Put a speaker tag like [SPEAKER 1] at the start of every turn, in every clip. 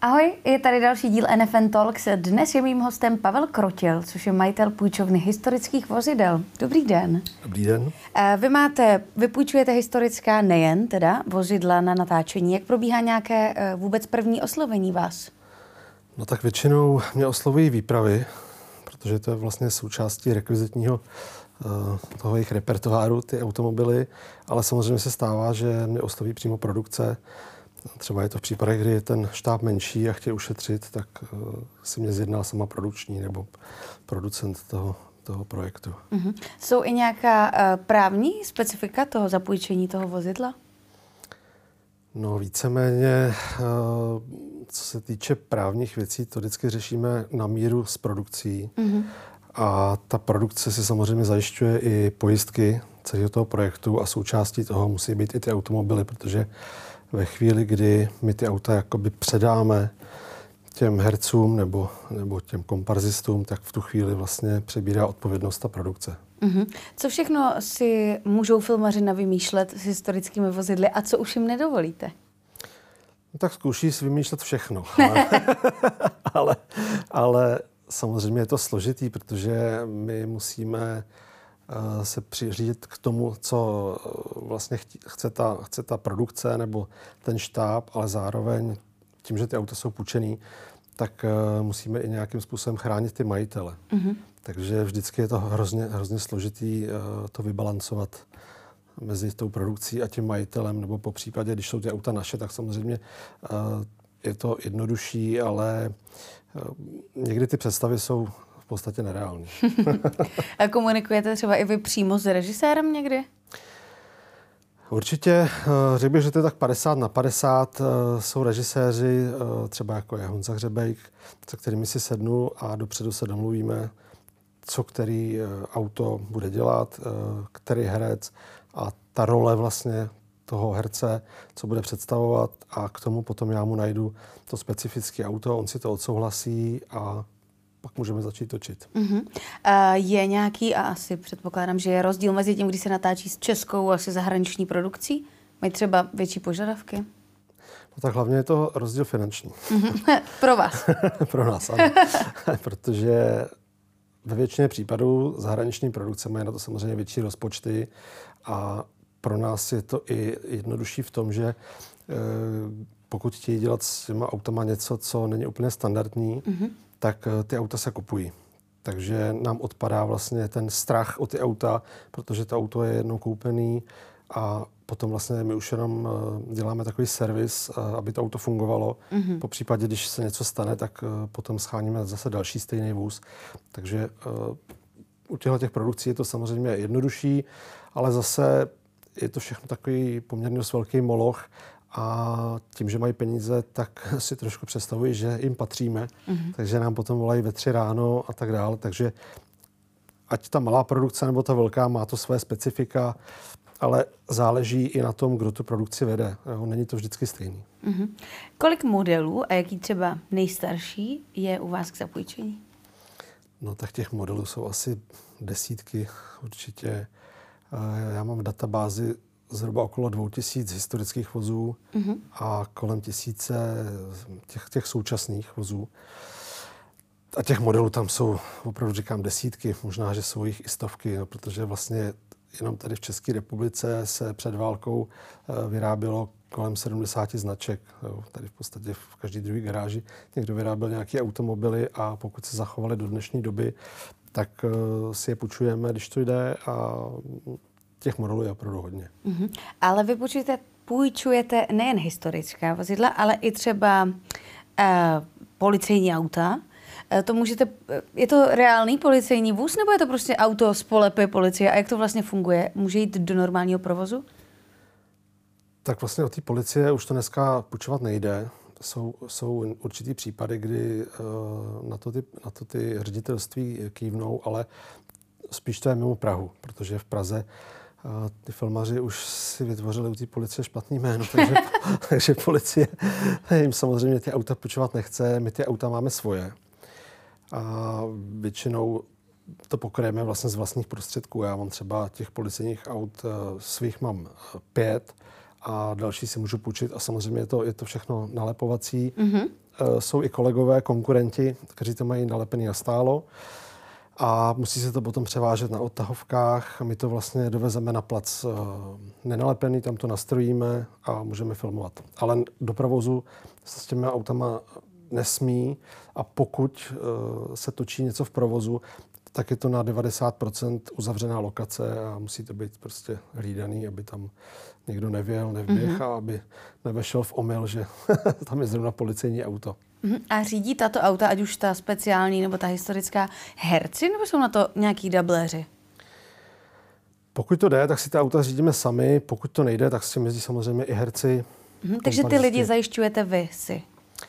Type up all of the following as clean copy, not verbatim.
[SPEAKER 1] Ahoj, je tady další díl NFN Talks. Dnes je mým hostem Pavel Krotil, což je majitel půjčovny historických vozidel. Dobrý den.
[SPEAKER 2] Dobrý den.
[SPEAKER 1] Vy půjčujete historická nejen teda vozidla na natáčení. Jak probíhá nějaké vůbec první oslovení vás?
[SPEAKER 2] No tak většinou mě oslovují výpravy, protože to je vlastně součástí rekvizitního toho jejich repertoáru, ty automobily, ale samozřejmě se stává, že mě osloví přímo produkce. Třeba je to v případech, kdy je ten štáb menší a chtějí ušetřit, tak si mě zjedná sama produkční nebo producent toho projektu.
[SPEAKER 1] Mm-hmm. Jsou i nějaká právní specifika toho zapůjčení toho vozidla?
[SPEAKER 2] No víceméně, co se týče právních věcí, to vždycky řešíme na míru s produkcí. Mm-hmm. A ta produkce si samozřejmě zajišťuje i pojistky celého toho projektu a součástí toho musí být i ty automobily, protože ve chvíli, kdy my ty auta jakoby předáme těm hercům nebo těm komparzistům, tak v tu chvíli vlastně přebírá odpovědnost ta produkce.
[SPEAKER 1] Mm-hmm. Co všechno si můžou filmaři navymýšlet s historickými vozidly a co už jim nedovolíte?
[SPEAKER 2] No, tak zkouší si vymýšlet všechno. Ale samozřejmě je to složitý, protože my musíme se přiřídit k tomu, co vlastně chce ta produkce nebo ten štáb, ale zároveň tím, že ty auta jsou půjčený, tak musíme i nějakým způsobem chránit ty majitele. Mm-hmm. Takže vždycky je to hrozně složitý to vybalancovat mezi tou produkcí a tím majitelem, nebo po případě, když jsou ty auta naše, tak samozřejmě je to jednodušší, ale někdy ty představy jsou v podstatě nereální.
[SPEAKER 1] A komunikujete třeba i vy přímo s režisérem někdy?
[SPEAKER 2] Určitě, řekl bych, že to je tak 50/50. Jsou režiséři, třeba jako je Honza Hřebejk, se kterými si sednu a dopředu se domluvíme, co který auto bude dělat, který herec a ta role vlastně toho herce, co bude představovat a k tomu potom já mu najdu to specifické auto, on si to odsouhlasí a pak můžeme začít točit.
[SPEAKER 1] Uh-huh. Je nějaký, a asi předpokládám, že je rozdíl mezi tím, když se natáčí s českou a se zahraniční produkcí? Mají třeba větší požadavky?
[SPEAKER 2] No tak hlavně je to rozdíl finanční.
[SPEAKER 1] Uh-huh. Pro vás?
[SPEAKER 2] Pro nás, ano. Protože ve většině případů zahraniční produkce mají na to samozřejmě větší rozpočty a pro nás je to i jednodušší v tom, že pokud chtějí dělat s těma autama něco, co není úplně standardní, tak ty auta se kupují. Takže nám odpadá vlastně ten strach o ty auta, protože to auto je jednou koupený a potom vlastně my už jenom děláme takový servis, aby to auto fungovalo. Po případě, když se něco stane, tak potom scháníme zase další stejný vůz. Takže u těch produkcí je to samozřejmě jednodušší, ale zase je to všechno takový poměrně dost velký moloch a tím, že mají peníze, tak si trošku představují, že jim patříme, takže nám potom volají ve 3 ráno a tak dále. Takže ať ta malá produkce nebo ta velká má to své specifika, ale záleží i na tom, kdo tu produkci vede. Není to vždycky stejný.
[SPEAKER 1] Kolik modelů a jaký třeba nejstarší je u vás k zapůjčení?
[SPEAKER 2] No tak těch modelů jsou asi desítky určitě. Já mám v databázi zhruba okolo 2000 historických vozů a kolem 1000 těch současných vozů. A těch modelů tam jsou, opravdu říkám, desítky, možná, že jsou jich i stovky, protože vlastně jenom tady v České republice se před válkou vyrábělo kolem 70 značek. Tady v podstatě v každé druhé garáži někdo vyráběl nějaké automobily a pokud se zachovaly do dnešní doby, tak si je půjčujeme, když to jde a těch modelů je opravdu hodně.
[SPEAKER 1] Ale vy půjčujete nejen historická vozidla, ale i třeba policejní auta. Je to reálný policejní vůz, nebo je to prostě auto z polepy policie? A jak to vlastně funguje? Může jít do normálního provozu?
[SPEAKER 2] Tak vlastně od té policie už to dneska půjčovat nejde. Jsou určitý případy, kdy na to ty ředitelství kývnou, ale spíš to je mimo Prahu, protože v Praze ty filmaři už si vytvořili u té policie špatný jméno, takže policie jim samozřejmě ty auta půjčovat nechce. My ty auta máme svoje. A většinou to pokryjeme vlastně z vlastních prostředků. Já mám třeba těch policejních aut svých mám 5 a další si můžu půjčit a samozřejmě je to všechno nalepovací. Jsou i kolegové, konkurenti, kteří to mají nalepený nastálo a musí se to potom převážet na odtahovkách. My to vlastně dovezeme na plac nenalepený, tam to nastrojíme a můžeme filmovat. Ale do provozu se s těmi autama nesmí a pokud se točí něco v provozu, tak je to na 90% uzavřená lokace a musí to být prostě hlídaný, aby tam někdo nevěl, nevběh a aby nevešel v omyl, že tam je zrovna policejní auto.
[SPEAKER 1] A řídí tato auta, ať už ta speciální nebo ta historická, herci, nebo jsou na to nějaký dubléři?
[SPEAKER 2] Pokud to jde, tak si ta auta řídíme sami, pokud to nejde, tak s tím jezdí samozřejmě i herci.
[SPEAKER 1] Takže ty lidi zajišťujete vy si?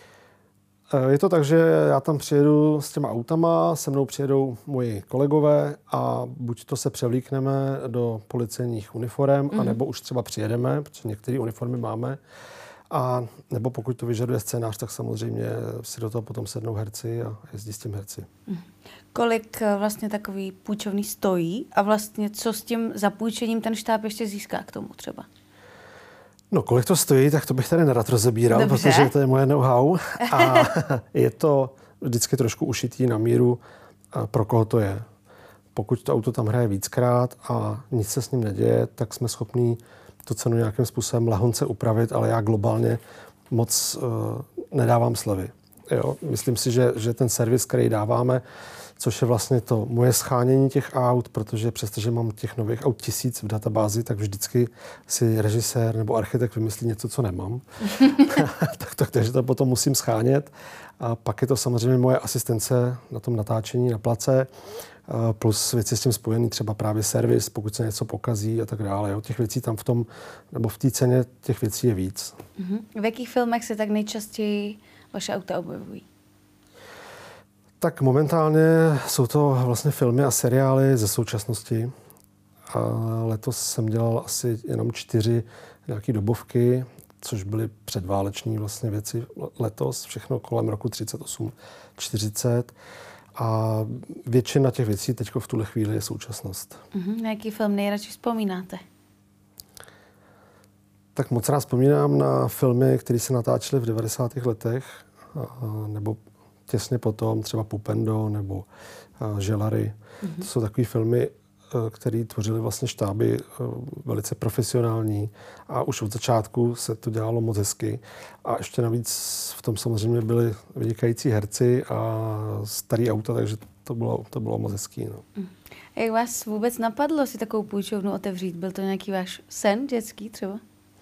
[SPEAKER 2] Je to tak, že já tam přijedu s těma autama, se mnou přijedou moji kolegové a buď to se převlíkneme do policejních uniform, anebo už třeba přijedeme, protože některé uniformy máme, a nebo pokud to vyžaduje scénář, tak samozřejmě si do toho potom sednou herci a jezdí s tím herci.
[SPEAKER 1] Kolik vlastně takový půjčovný stojí a vlastně co s tím zapůjčením ten štáb ještě získá k tomu třeba?
[SPEAKER 2] No, kolik to stojí, tak to bych tady nerad rozebíral,
[SPEAKER 1] Dobře.
[SPEAKER 2] protože to je moje know-how a je to vždycky trošku ušitý na míru, pro koho to je. Pokud to auto tam hraje víckrát a nic se s ním neděje, tak jsme schopní tu cenu nějakým způsobem lehonce upravit, ale já globálně moc nedávám slevy. Jo? Myslím si, že ten servis, který dáváme, což je vlastně to moje schánění těch aut, protože přestože mám těch nových aut 1000 v databázi, tak vždycky si režisér nebo architekt vymyslí něco, co nemám. Takže to potom musím schánět. A pak je to samozřejmě moje asistence na tom natáčení na place, plus věci s tím spojený, třeba právě servis, pokud se něco pokazí a tak dále. Jo. Těch věcí tam v tom, nebo v té ceně těch věcí je víc.
[SPEAKER 1] V jakých filmech se tak nejčastěji vaše auta objevují?
[SPEAKER 2] Tak momentálně jsou to vlastně filmy a seriály ze současnosti. A letos jsem dělal asi jenom 4 nějaké dobovky, což byly předváleční vlastně věci letos, všechno kolem roku 38, 40. A většina těch věcí teď v tuhle chvíli je současnost.
[SPEAKER 1] Na jaký film nejradši vzpomínáte?
[SPEAKER 2] Tak moc rád vzpomínám na filmy, které se natáčely v 90. letech, nebo těsně potom, třeba Pupendo nebo Želary. To jsou takové filmy, které tvořily vlastně štáby velice profesionální a už od začátku se to dělalo moc hezky. A ještě navíc v tom samozřejmě byli vynikající herci a starý auta, takže to bylo moc hezký. No.
[SPEAKER 1] Jak vás vůbec napadlo si takovou půjčovnu otevřít? Byl to nějaký váš sen dětský třeba?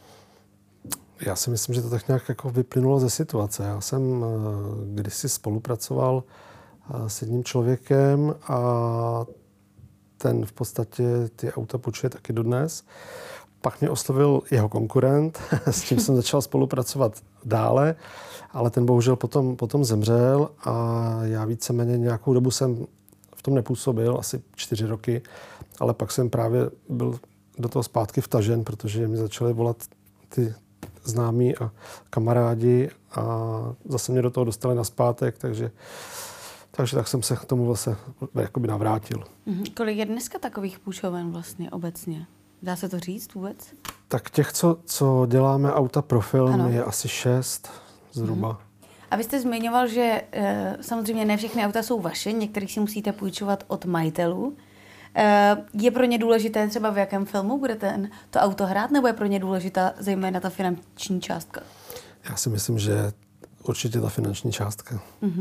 [SPEAKER 2] Já si myslím, že to tak nějak jako vyplynulo ze situace. Já jsem kdysi spolupracoval s jedním člověkem a ten v podstatě ty auta půjčuje taky dodnes. Pak mě oslovil jeho konkurent, s tím jsem začal spolupracovat dále, ale ten bohužel potom zemřel a já víceméně nějakou dobu jsem v tom nepůsobil, asi 4 roky, ale pak jsem právě byl do toho zpátky vtažen, protože mi začaly volat ty známí a kamarádi a zase mě do toho dostali nazpátek, takže tak jsem se k tomu vlastně jakoby navrátil.
[SPEAKER 1] Kolik je dneska takových půjčoven vlastně obecně? Dá se to říct vůbec?
[SPEAKER 2] Tak těch, co děláme auta pro film,
[SPEAKER 1] ano.
[SPEAKER 2] Je asi 6 zhruba.
[SPEAKER 1] A vy jste zmiňoval, že samozřejmě ne všechny auta jsou vaše, některých si musíte půjčovat od majitelů. Je pro ně důležité třeba v jakém filmu bude to auto hrát, nebo je pro ně důležitá zejména ta finanční částka?
[SPEAKER 2] Já si myslím, že určitě ta finanční částka.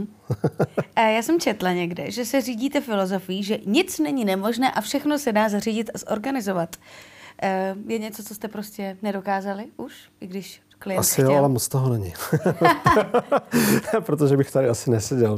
[SPEAKER 1] Já jsem četla někde, že se řídíte filozofií, že nic není nemožné a všechno se dá zařídit a zorganizovat. Je něco, co jste prostě nedokázali už, i když klient
[SPEAKER 2] asi
[SPEAKER 1] chtěl?
[SPEAKER 2] Jo, ale moc toho není. Protože bych tady asi neseděl.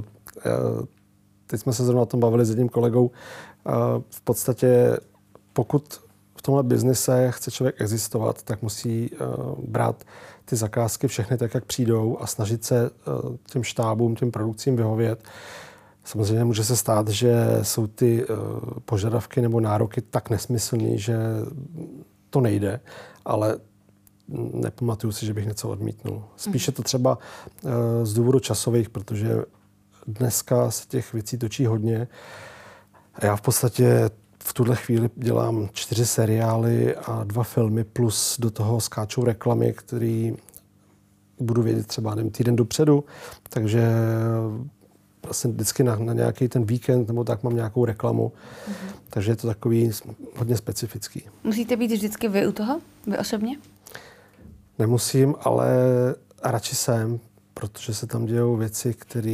[SPEAKER 2] Teď jsme se zrovna o tom bavili s jedním kolegou. V podstatě, pokud v tomhle biznise chce člověk existovat, tak musí brát ty zakázky všechny tak, jak přijdou a snažit se těm štábům, těm produkcím vyhovět. Samozřejmě může se stát, že jsou ty požadavky nebo nároky tak nesmyslný, že to nejde, ale nepamatuju si, že bych něco odmítnul. Spíše to třeba z důvodu časových, protože dneska se těch věcí točí hodně. A já v podstatě v tuhle chvíli dělám 4 seriály a 2 filmy, plus do toho skáčou reklamy, který budu vědět třeba týden dopředu, takže vlastně vždycky na nějaký ten víkend nebo tak mám nějakou reklamu, takže je to takový hodně specifický.
[SPEAKER 1] Musíte být vždycky vy u toho? Vy osobně?
[SPEAKER 2] Nemusím, ale radši jsem, protože se tam dějou věci,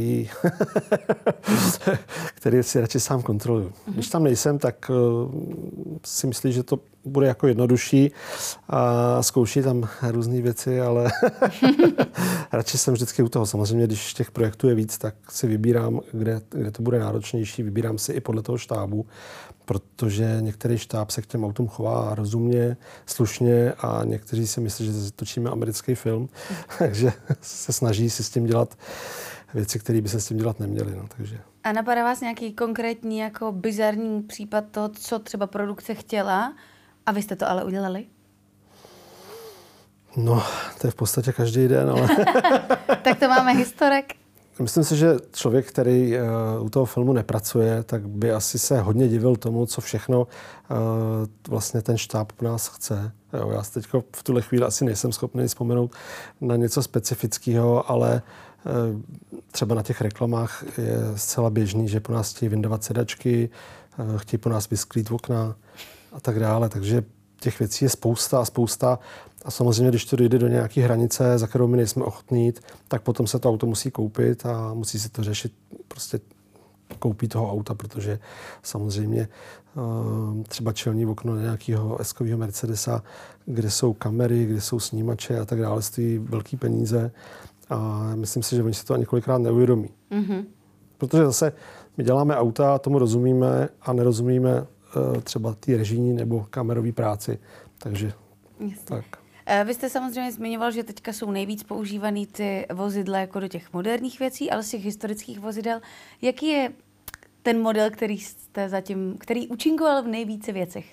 [SPEAKER 2] které si radši sám kontroluju. Když tam nejsem, tak si myslí, že to bude jako jednodušší a zkouší tam různé věci, ale radši jsem vždycky u toho. Samozřejmě, když těch projektů je víc, tak si vybírám, kde to bude náročnější. Vybírám si i podle toho štábu, protože některý štáb se k těm autům chová rozumně, slušně a někteří si myslí, že točíme americký film, takže se snaží si s tím dělat věci, které by se s tím dělat neměly. No, takže.
[SPEAKER 1] A napadá vás nějaký konkrétní jako bizarní případ toho, co třeba produkce chtěla a vy jste to ale udělali?
[SPEAKER 2] No, to je v podstatě každý den, ale...
[SPEAKER 1] Tak to máme historek.
[SPEAKER 2] Myslím si, že člověk, který u toho filmu nepracuje, tak by asi se hodně divil tomu, co všechno vlastně ten štáb po nás chce. Jo, já teď v tuhle chvíli asi nejsem schopný vzpomenout na něco specifického, ale třeba na těch reklamách je zcela běžný, že po nás chtějí vyndavat sedačky, chtějí po nás vysklít okna a tak dále. Takže těch věcí je spousta. A samozřejmě, když to dojde do nějaké hranice, za kterou my nejsme ochotní jít, tak potom se to auto musí koupit a musí se to řešit prostě koupí toho auta, protože samozřejmě třeba čelní okno nějakého S-kového Mercedesa, kde jsou kamery, kde jsou snímače a tak dále, stojí velký peníze a myslím si, že oni se to ani kolikrát neuvědomí. Mm-hmm. Protože zase my děláme auta, tomu rozumíme a nerozumíme třeba té režijní nebo kamerové práci. Takže tak.
[SPEAKER 1] Vy jste samozřejmě zmiňoval, že teďka jsou nejvíc používaný ty vozidla jako do těch moderních věcí, ale z těch historických vozidel. Jaký je ten model, který účinkoval v nejvíce věcech?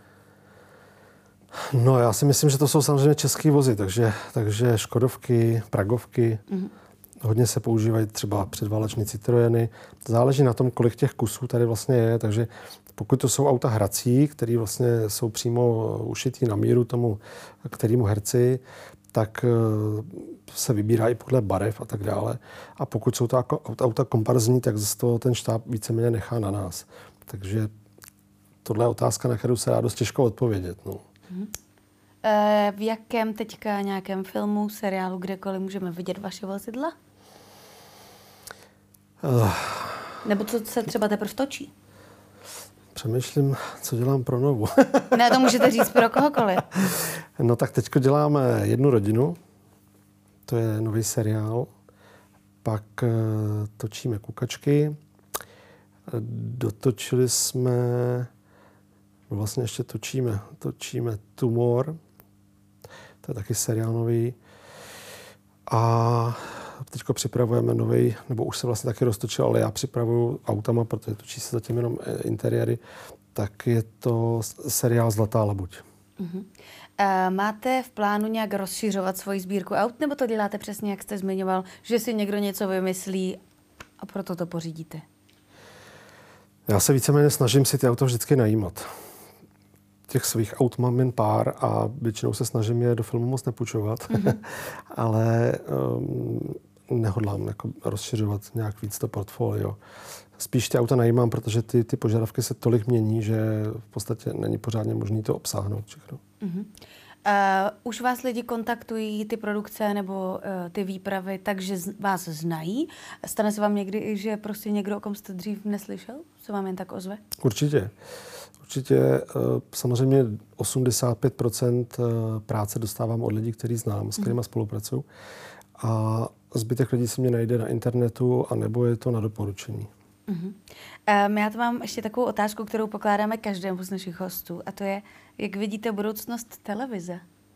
[SPEAKER 2] No, já si myslím, že to jsou samozřejmě české vozy, takže Škodovky, Pragovky. Mm-hmm. Hodně se používají třeba předváleční Citroeny. Záleží na tom, kolik těch kusů tady vlastně je, takže pokud to jsou auta hrací, které vlastně jsou přímo ušitý na míru tomu, kterému herci, tak se vybírá i podle barev a tak dále. A pokud jsou to auta komparzní, tak z toho ten štáb víceméně nechá na nás. Takže tohle je otázka, na kterou se dá dost těžko odpovědět. No.
[SPEAKER 1] V jakém teďka nějakém filmu, seriálu, kdekoliv můžeme vidět vaše vozidla? Nebo co se třeba teprve točí?
[SPEAKER 2] Přemýšlím, co dělám pro Novu.
[SPEAKER 1] Ne, to můžete říct pro kohokoliv.
[SPEAKER 2] No tak teďko děláme Jednu rodinu. To je nový seriál. Pak točíme Kukačky. Dotočili jsme... Vlastně ještě točíme Tumor. To je taky seriál nový. A teďko připravujeme nový, nebo už se vlastně taky roztočil, ale já připravuju autama, protože točí se zatím jenom interiéry, tak je to seriál Zlatá labuť.
[SPEAKER 1] Uh-huh. Máte v plánu nějak rozšiřovat svoji sbírku aut, nebo to děláte přesně, jak jste zmiňoval, že si někdo něco vymyslí a proto to pořídíte?
[SPEAKER 2] Já se víceméně snažím si ty auta vždycky najímat. Těch svých aut mám jen pár a většinou se snažím je do filmu moc nepůjčovat, ale nehodlám jako rozšiřovat nějak víc to portfolio. Spíš ty auta najímám, protože ty požadavky se tolik mění, že v podstatě není pořádně možné to obsáhnout všechno.
[SPEAKER 1] Už vás lidi kontaktují, ty produkce nebo ty výpravy, takže vás znají? Stane se vám někdy, že prostě někdo, o kom jste dřív neslyšel, se vám jen tak ozve?
[SPEAKER 2] Určitě. Samozřejmě 85% práce dostávám od lidí, který znám, s kterými spolupracuju. A zbytek lidí se mě najde na internetu, anebo je to na doporučení.
[SPEAKER 1] Já tu mám ještě takovou otázku, kterou pokládáme každému z našich hostů. A to je, jak vidíte budoucnost televize?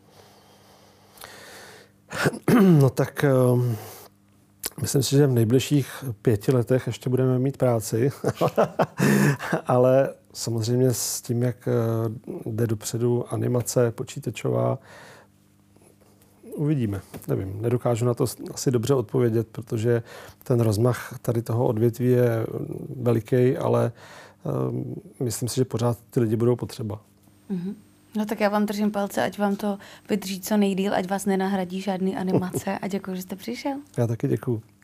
[SPEAKER 2] No tak myslím si, že v nejbližších 5 letech ještě budeme mít práci. Ale samozřejmě s tím, jak jde dopředu animace počítačová, uvidíme. Nevím, nedokážu na to asi dobře odpovědět, protože ten rozmach tady toho odvětví je veliký, ale myslím si, že pořád ty lidi budou potřeba.
[SPEAKER 1] No tak já vám držím palce, ať vám to vydrží co nejdýl, ať vás nenahradí žádný animace a děkuji, že jste přišel.
[SPEAKER 2] Já taky děkuju.